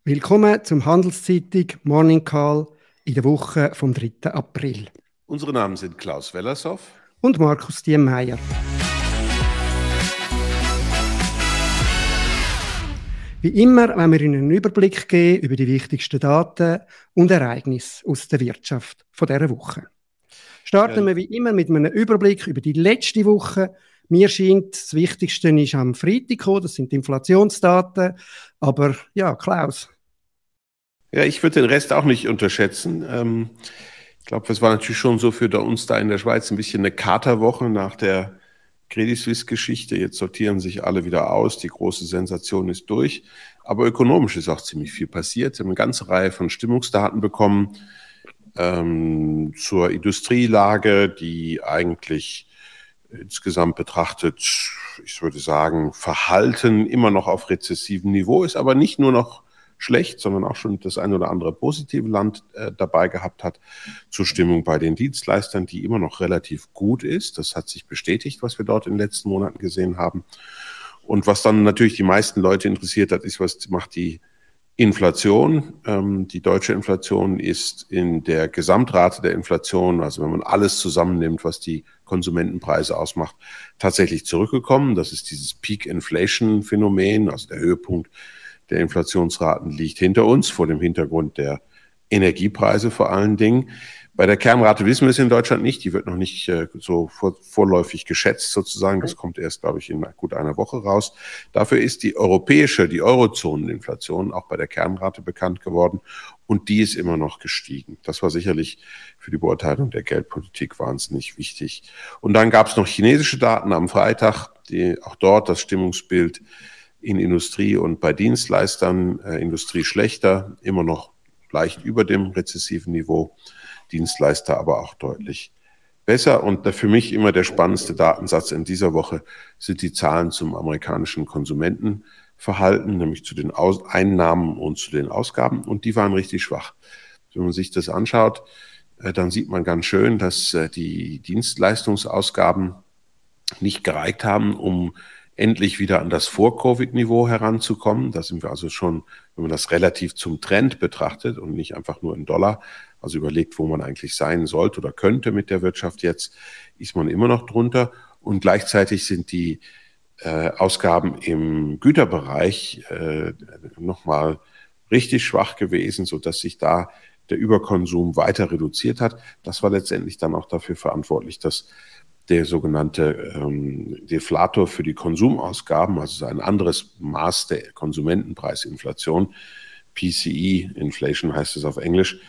Willkommen zum Handelszeitung Morning Call in der Woche vom 3. April. Unsere Namen sind Klaus Wellershoff und Markus Diemeyer. Wie immer wollen wir Ihnen einen Überblick geben über die wichtigsten Daten und Ereignisse aus der Wirtschaft von dieser Woche. Starten wir wie immer mit einem Überblick über die letzte Woche. Mir scheint, das Wichtigste ist am Freitag gekommen, das sind die Inflationsdaten. Aber ja, Klaus. Ja, ich würde den Rest auch nicht unterschätzen. Ich glaube, es war natürlich schon so für uns da in der Schweiz ein bisschen eine Katerwoche nach der Credit Suisse-Geschichte. Jetzt sortieren sich alle wieder aus, die große Sensation ist durch. Aber ökonomisch ist auch ziemlich viel passiert. Wir haben eine ganze Reihe von Stimmungsdaten bekommen zur Industrielage, die eigentlich insgesamt betrachtet, ich würde sagen, Verhalten immer noch auf rezessivem Niveau ist, aber nicht nur noch schlecht, sondern auch schon das ein oder andere positive Land dabei gehabt hat. Zur Stimmung bei den Dienstleistern, die immer noch relativ gut ist. Das hat sich bestätigt, was wir dort in den letzten Monaten gesehen haben. Und was dann natürlich die meisten Leute interessiert hat, ist, was macht die Inflation. Die deutsche Inflation ist in der Gesamtrate der Inflation, also wenn man alles zusammennimmt, was die Konsumentenpreise ausmacht, tatsächlich zurückgekommen. Das ist dieses Peak-Inflation-Phänomen, also der Höhepunkt der Inflationsraten liegt hinter uns, vor dem Hintergrund der Energiepreise vor allen Dingen. Bei der Kernrate wissen wir es in Deutschland nicht. Die wird noch nicht so vorläufig geschätzt sozusagen. Das kommt erst, glaube ich, in gut einer Woche raus. Dafür ist die Eurozoneninflation auch bei der Kernrate bekannt geworden. Und die ist immer noch gestiegen. Das war sicherlich für die Beurteilung der Geldpolitik wahnsinnig wichtig. Und dann gab es noch chinesische Daten am Freitag, die auch dort das Stimmungsbild in Industrie und bei Dienstleistern, Industrie schlechter, immer noch leicht über dem rezessiven Niveau, Dienstleister aber auch deutlich besser. Und für mich immer der spannendste Datensatz in dieser Woche sind die Zahlen zum amerikanischen Konsumentenverhalten, nämlich zu den Einnahmen und zu den Ausgaben. Und die waren richtig schwach. Wenn man sich das anschaut, dann sieht man ganz schön, dass die Dienstleistungsausgaben nicht gereicht haben, um endlich wieder an das Vor-Covid-Niveau heranzukommen. Da sind wir also schon, wenn man das relativ zum Trend betrachtet und nicht einfach nur in Dollar, also überlegt, wo man eigentlich sein sollte oder könnte mit der Wirtschaft jetzt, ist man immer noch drunter. Und gleichzeitig sind die Ausgaben im Güterbereich nochmal richtig schwach gewesen, sodass sich da der Überkonsum weiter reduziert hat. Das war letztendlich dann auch dafür verantwortlich, dass der sogenannte Deflator für die Konsumausgaben, also ein anderes Maß der Konsumentenpreisinflation, PCE, Inflation heißt es auf Englisch,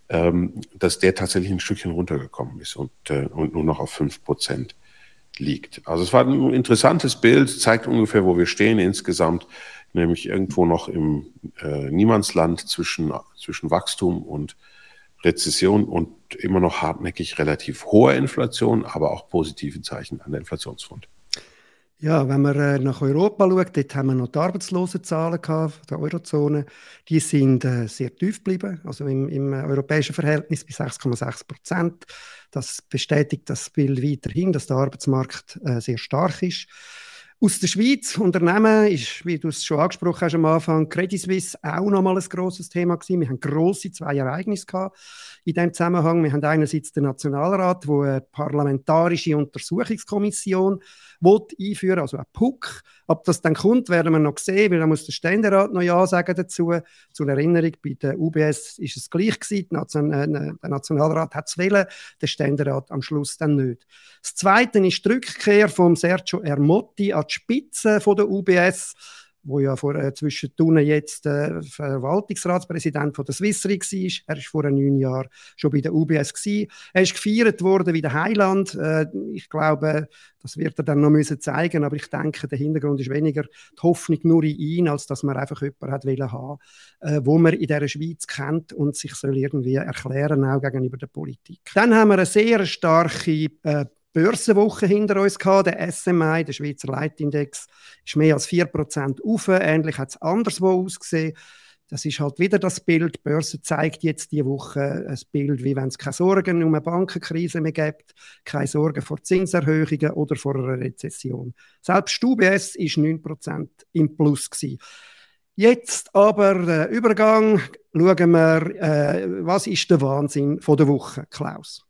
dass der tatsächlich ein Stückchen runtergekommen ist und nur noch auf 5% liegt. Also es war ein interessantes Bild, zeigt ungefähr, wo wir stehen insgesamt, nämlich irgendwo noch im Niemandsland zwischen Wachstum und Rezession und immer noch hartnäckig relativ hohe Inflation, aber auch positive Zeichen an der Inflationsfront. Ja, wenn man nach Europa schaut, dort haben wir noch die Arbeitslosenzahlen gehabt, der Eurozone. Die sind sehr tief geblieben, also im europäischen Verhältnis bei 6,6%. Das bestätigt das Bild weiterhin, dass der Arbeitsmarkt sehr stark ist. Aus der Schweiz, Unternehmen, ist, wie du es schon angesprochen hast am Anfang, Credit Suisse auch nochmal ein grosses Thema gewesen. Wir haben grosse 2 Ereignisse gehabt in diesem Zusammenhang. Wir haben einerseits den Nationalrat, der eine parlamentarische Untersuchungskommission einführen will, also ein PUC. Ob das dann kommt, werden wir noch sehen, weil da muss der Ständerat noch Ja sagen dazu. Zur Erinnerung, bei der UBS ist es gleich gewesen. Der Nationalrat hat es wollen, der Ständerat am Schluss dann nicht. Das Zweite ist die Rückkehr von Sergio Ermotti an die Spitze von der UBS, wo ja zwischendurch jetzt Verwaltungsratspräsident von der Swiss Re war. Er war vor 9 Jahren schon bei der UBS gewesen. Er ist gefeiert worden wie der Heiland. Ich glaube, das wird er dann noch zeigen müssen, aber ich denke, der Hintergrund ist weniger die Hoffnung nur in ihn, als dass man einfach jemanden hat haben, wo man in dieser Schweiz kennt und sich soll irgendwie erklären, auch gegenüber der Politik. Dann haben wir eine sehr starke Börsenwoche hinter uns gehabt. Der SMI, der Schweizer Leitindex, ist mehr als 4% rauf. Ähnlich hat es anderswo ausgesehen. Das ist halt wieder das Bild. Die Börse zeigt jetzt diese Woche ein Bild, wie wenn es keine Sorgen um eine Bankenkrise mehr gibt, keine Sorgen vor Zinserhöhungen oder vor einer Rezession. Selbst die UBS war 9% im Plus gewesen. Jetzt aber der Übergang. Schauen wir, was ist der Wahnsinn von der Woche, Klaus?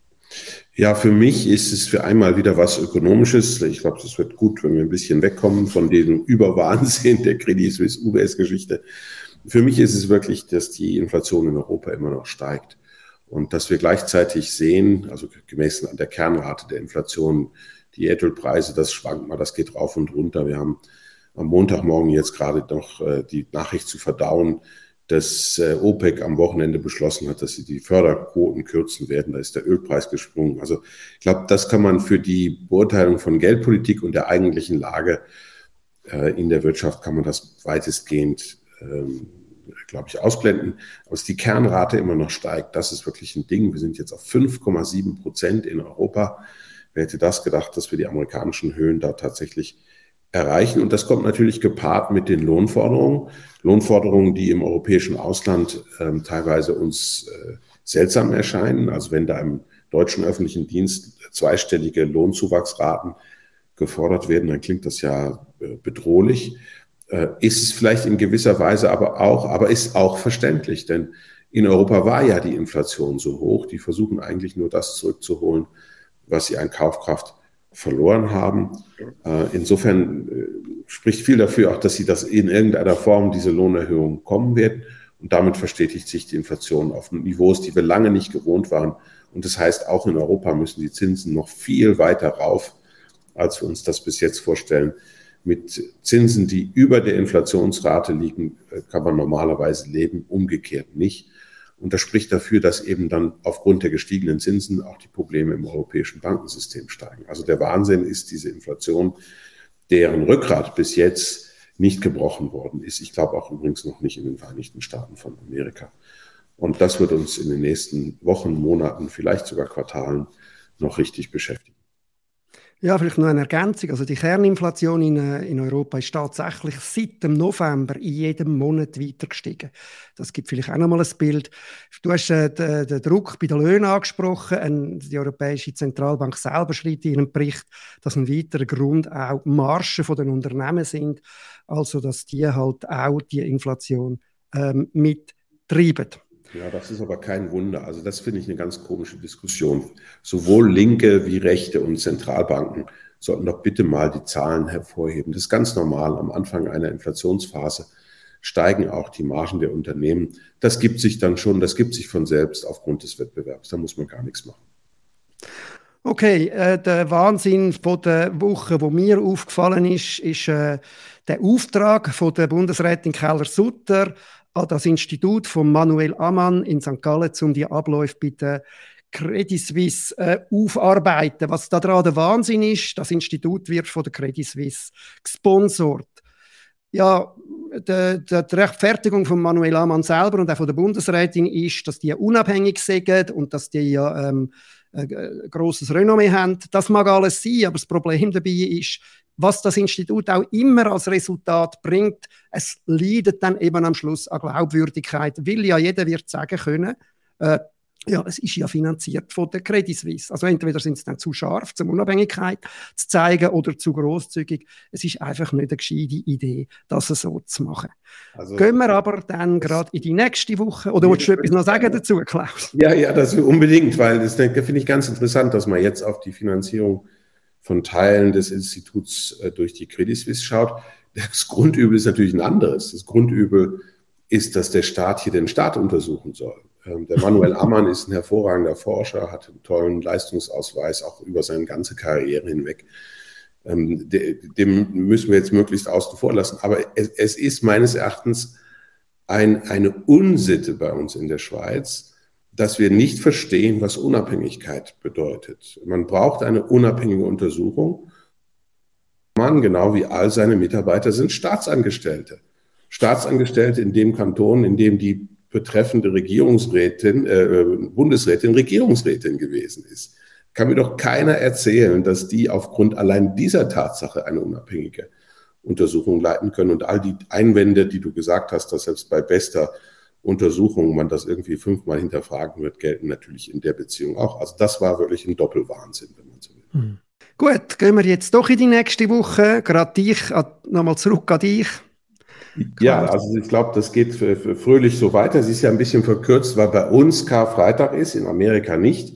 Ja, für mich ist es für einmal wieder was Ökonomisches. Ich glaube, es wird gut, wenn wir ein bisschen wegkommen von diesem Überwahnsinn der Credit Suisse UBS-Geschichte. Für mich ist es wirklich, dass die Inflation in Europa immer noch steigt und dass wir gleichzeitig sehen, also gemessen an der Kernrate der Inflation, die Erdölpreise, das schwankt mal, das geht rauf und runter. Wir haben am Montagmorgen jetzt gerade noch die Nachricht zu verdauen, dass OPEC am Wochenende beschlossen hat, dass sie die Förderquoten kürzen werden. Da ist der Ölpreis gesprungen. Also ich glaube, das kann man für die Beurteilung von Geldpolitik und der eigentlichen Lage in der Wirtschaft kann man das weitestgehend, glaube ich, ausblenden. Aber dass die Kernrate immer noch steigt, das ist wirklich ein Ding. Wir sind jetzt auf 5,7% in Europa. Wer hätte das gedacht, dass wir die amerikanischen Höhen da tatsächlich erreichen? Und das kommt natürlich gepaart mit den Lohnforderungen, die im europäischen Ausland teilweise uns seltsam erscheinen. Also wenn da im deutschen öffentlichen Dienst zweistellige Lohnzuwachsraten gefordert werden, dann klingt das ja bedrohlich. Ist es vielleicht in gewisser Weise aber ist auch verständlich, denn in Europa war ja die Inflation so hoch. Die versuchen eigentlich nur das zurückzuholen, was sie an Kaufkraft verloren haben. Insofern spricht viel dafür auch, dass sie das in irgendeiner Form, diese Lohnerhöhung kommen werden. Und damit verstetigt sich die Inflation auf Niveaus, die wir lange nicht gewohnt waren. Und das heißt, auch in Europa müssen die Zinsen noch viel weiter rauf, als wir uns das bis jetzt vorstellen. Mit Zinsen, die über der Inflationsrate liegen, kann man normalerweise leben, umgekehrt nicht. Und das spricht dafür, dass eben dann aufgrund der gestiegenen Zinsen auch die Probleme im europäischen Bankensystem steigen. Also der Wahnsinn ist diese Inflation, deren Rückgrat bis jetzt nicht gebrochen worden ist. Ich glaube auch übrigens noch nicht in den Vereinigten Staaten von Amerika. Und das wird uns in den nächsten Wochen, Monaten, vielleicht sogar Quartalen noch richtig beschäftigen. Ja, vielleicht noch eine Ergänzung. Also die Kerninflation in Europa ist tatsächlich seit dem November in jedem Monat weiter gestiegen. Das gibt vielleicht auch noch mal ein Bild. Du hast den Druck bei den Löhnen angesprochen. Die Europäische Zentralbank selber schreibt in ihrem Bericht, dass ein weiterer Grund auch die Margen der Unternehmen sind. Also, dass die halt auch die Inflation mittreiben. Ja, das ist aber kein Wunder. Also das finde ich eine ganz komische Diskussion. Sowohl Linke wie Rechte und Zentralbanken sollten doch bitte mal die Zahlen hervorheben. Das ist ganz normal. Am Anfang einer Inflationsphase steigen auch die Margen der Unternehmen. Das gibt sich dann schon, das gibt sich von selbst aufgrund des Wettbewerbs. Da muss man gar nichts machen. Okay, der Wahnsinn von der Woche, wo mir aufgefallen ist der Auftrag von der Bundesrätin Keller-Sutter an das Institut von Manuel Amann in St. Gallen, um die Abläufe bei der Credit Suisse aufarbeiten. Was daran der Wahnsinn ist, das Institut wird von der Credit Suisse gesponsert. Ja, die Rechtfertigung von Manuel Amann selber und auch von der Bundesrätin ist, dass die unabhängig sind und dass die ja ein grosses Renommee haben. Das mag alles sein, aber das Problem dabei ist, was das Institut auch immer als Resultat bringt, es leidet dann eben am Schluss an Glaubwürdigkeit, weil ja jeder wird sagen können, ja, es ist ja finanziert von der Credit Suisse. Also entweder sind sie dann zu scharf, um Unabhängigkeit zu zeigen, oder zu grosszügig. Es ist einfach nicht eine gescheite Idee, das so zu machen. Also, gehen wir aber dann gerade in die nächste Woche. Oder willst du etwas noch sagen dazu, Klaus? Ja, das unbedingt, weil das finde ich ganz interessant, dass man jetzt auf die Finanzierung von Teilen des Instituts durch die Credit Suisse schaut. Das Grundübel ist natürlich ein anderes. Das Grundübel ist, dass der Staat hier den Staat untersuchen soll. Der Manuel Amann ist ein hervorragender Forscher, hat einen tollen Leistungsausweis, auch über seine ganze Karriere hinweg. Dem müssen wir jetzt möglichst außen vor lassen. Aber es ist meines Erachtens eine Unsitte bei uns in der Schweiz, dass wir nicht verstehen, was Unabhängigkeit bedeutet. Man braucht eine unabhängige Untersuchung. Man, genau wie all seine Mitarbeiter, sind Staatsangestellte. Staatsangestellte in dem Kanton, in dem die betreffende Bundesrätin Regierungsrätin gewesen ist. Kann mir doch keiner erzählen, dass die aufgrund allein dieser Tatsache eine unabhängige Untersuchung leiten können. Und all die Einwände, die du gesagt hast, dass selbst bei bester Untersuchung man das irgendwie 5-mal hinterfragen wird, gelten natürlich in der Beziehung auch. Also das war wirklich ein Doppelwahnsinn, wenn man so will. Gut, gehen wir jetzt doch in die nächste Woche. Gerade dich, nochmal zurück an dich. Ja, also ich glaube, das geht fröhlich so weiter. Sie ist ja ein bisschen verkürzt, weil bei uns Karfreitag ist, in Amerika nicht.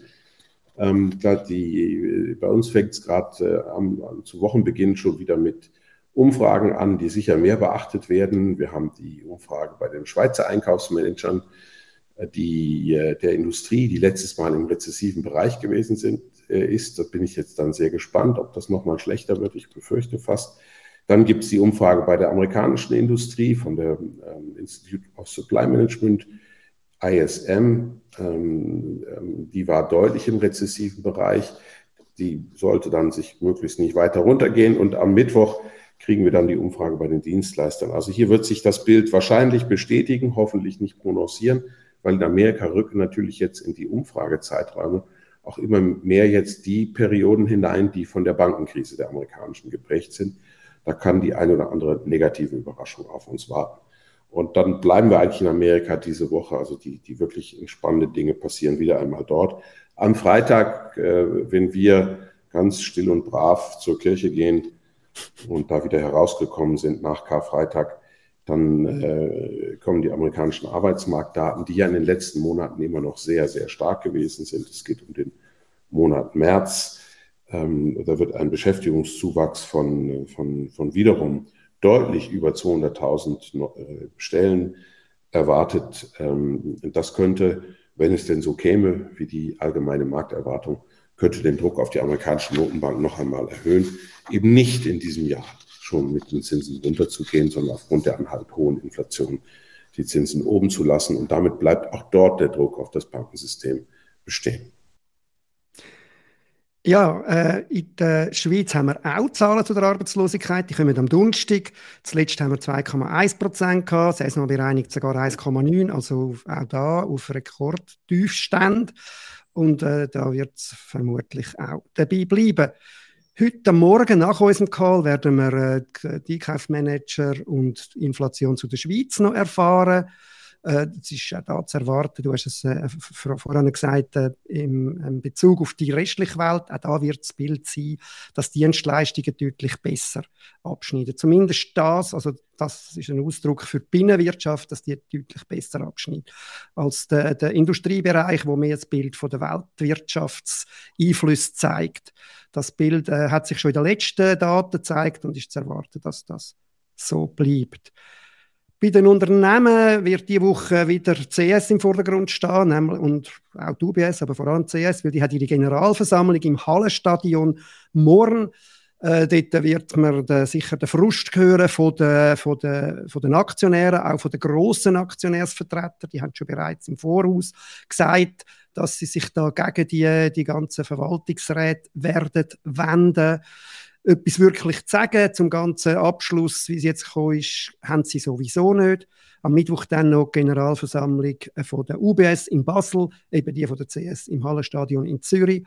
Bei uns fängt es gerade zu Wochenbeginn schon wieder mit Umfragen an, die sicher mehr beachtet werden. Wir haben die Umfrage bei den Schweizer Einkaufsmanagern der Industrie, die letztes Mal im rezessiven Bereich gewesen ist. Da bin ich jetzt dann sehr gespannt, ob das nochmal schlechter wird. Ich befürchte fast. Dann gibt es die Umfrage bei der amerikanischen Industrie von der Institute of Supply Management, ISM. Die war deutlich im rezessiven Bereich. Die sollte dann sich möglichst nicht weiter runtergehen. Und am Mittwoch kriegen wir dann die Umfrage bei den Dienstleistern. Also hier wird sich das Bild wahrscheinlich bestätigen, hoffentlich nicht prononcieren, weil in Amerika rücken natürlich jetzt in die Umfragezeiträume auch immer mehr jetzt die Perioden hinein, die von der Bankenkrise der amerikanischen geprägt sind. Da kann die eine oder andere negative Überraschung auf uns warten. Und dann bleiben wir eigentlich in Amerika diese Woche. Also die wirklich spannenden Dinge passieren wieder einmal dort. Am Freitag, wenn wir ganz still und brav zur Kirche gehen und da wieder herausgekommen sind nach Karfreitag, dann kommen die amerikanischen Arbeitsmarktdaten, die ja in den letzten Monaten immer noch sehr, sehr stark gewesen sind. Es geht um den Monat März. Da wird ein Beschäftigungszuwachs von wiederum deutlich über 200.000 Stellen erwartet. Das könnte, wenn es denn so käme, wie die allgemeine Markterwartung, könnte den Druck auf die amerikanische Notenbank noch einmal erhöhen. Eben nicht in diesem Jahr schon mit den Zinsen runterzugehen, sondern aufgrund der anhaltend hohen Inflation die Zinsen oben zu lassen. Und damit bleibt auch dort der Druck auf das Bankensystem bestehen. Ja, in der Schweiz haben wir auch Zahlen zu der Arbeitslosigkeit. Die kommen am Donnerstag. Zuletzt haben wir 2,1% gehabt, Saison bereinigt sogar 1,9%, also auch da auf Rekordtiefstand. Und da wird es vermutlich auch dabei bleiben. Heute Morgen nach unserem Call werden wir die Einkaufsmanager und die Inflation zu der Schweiz noch erfahren. Das ist auch da zu erwarten. Du hast es vorhin gesagt, im Bezug auf die restliche Welt. Auch da wird das Bild sein, dass Dienstleistungen deutlich besser abschneiden. Zumindest das ist ein Ausdruck für die Binnenwirtschaft, dass die deutlich besser abschneidet als der Industriebereich, wo mir das Bild von der Weltwirtschaftseinfluss zeigt. Das Bild hat sich schon in den letzten Daten gezeigt und ist zu erwarten, dass das so bleibt. Bei den Unternehmen wird diese Woche wieder CS im Vordergrund stehen und auch die UBS, aber vor allem CS, weil die hat ihre Generalversammlung im Hallenstadion morgen. Dort wird man sicher den Frust hören von den Aktionären, auch von den grossen Aktionärsvertretern. Die haben schon bereits im Voraus gesagt, dass sie sich da gegen die ganzen Verwaltungsräte werden wenden. Etwas wirklich zu sagen zum ganzen Abschluss, wie es jetzt gekommen ist, haben sie sowieso nicht. Am Mittwoch dann noch die Generalversammlung von der UBS in Basel, eben die von der CS im Hallenstadion in Zürich.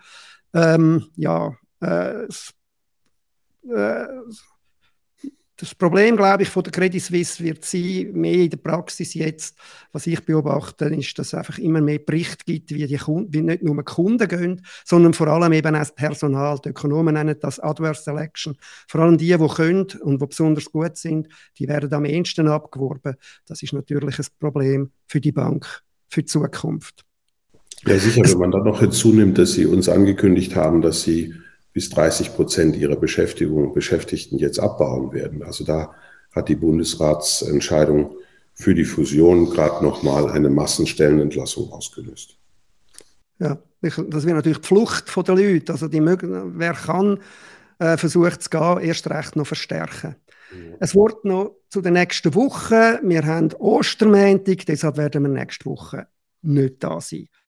Das Problem, glaube ich, von der Credit Suisse wird sein, mehr in der Praxis jetzt, was ich beobachte, ist, dass es einfach immer mehr Berichte gibt, wie nicht nur die Kunden gehen, sondern vor allem eben auch das Personal. Die Ökonomen nennen das Adverse Selection. Vor allem die können und die besonders gut sind, die werden am ehesten abgeworben. Das ist natürlich ein Problem für die Bank, für die Zukunft. Ja, sicher, wenn man dann noch hinzunimmt, dass Sie uns angekündigt haben, dass Sie bis 30% ihrer Beschäftigten jetzt abbauen werden. Also da hat die Bundesratsentscheidung für die Fusion gerade nochmal eine Massenstellenentlassung ausgelöst. Ja, das wäre natürlich die Flucht der Leute. Also wer kann, versucht zu gehen, erst recht noch verstärken. Ja. Es wird noch zu der nächsten Woche. Wir haben Ostermontag, deshalb werden wir nächste Woche nicht da sein.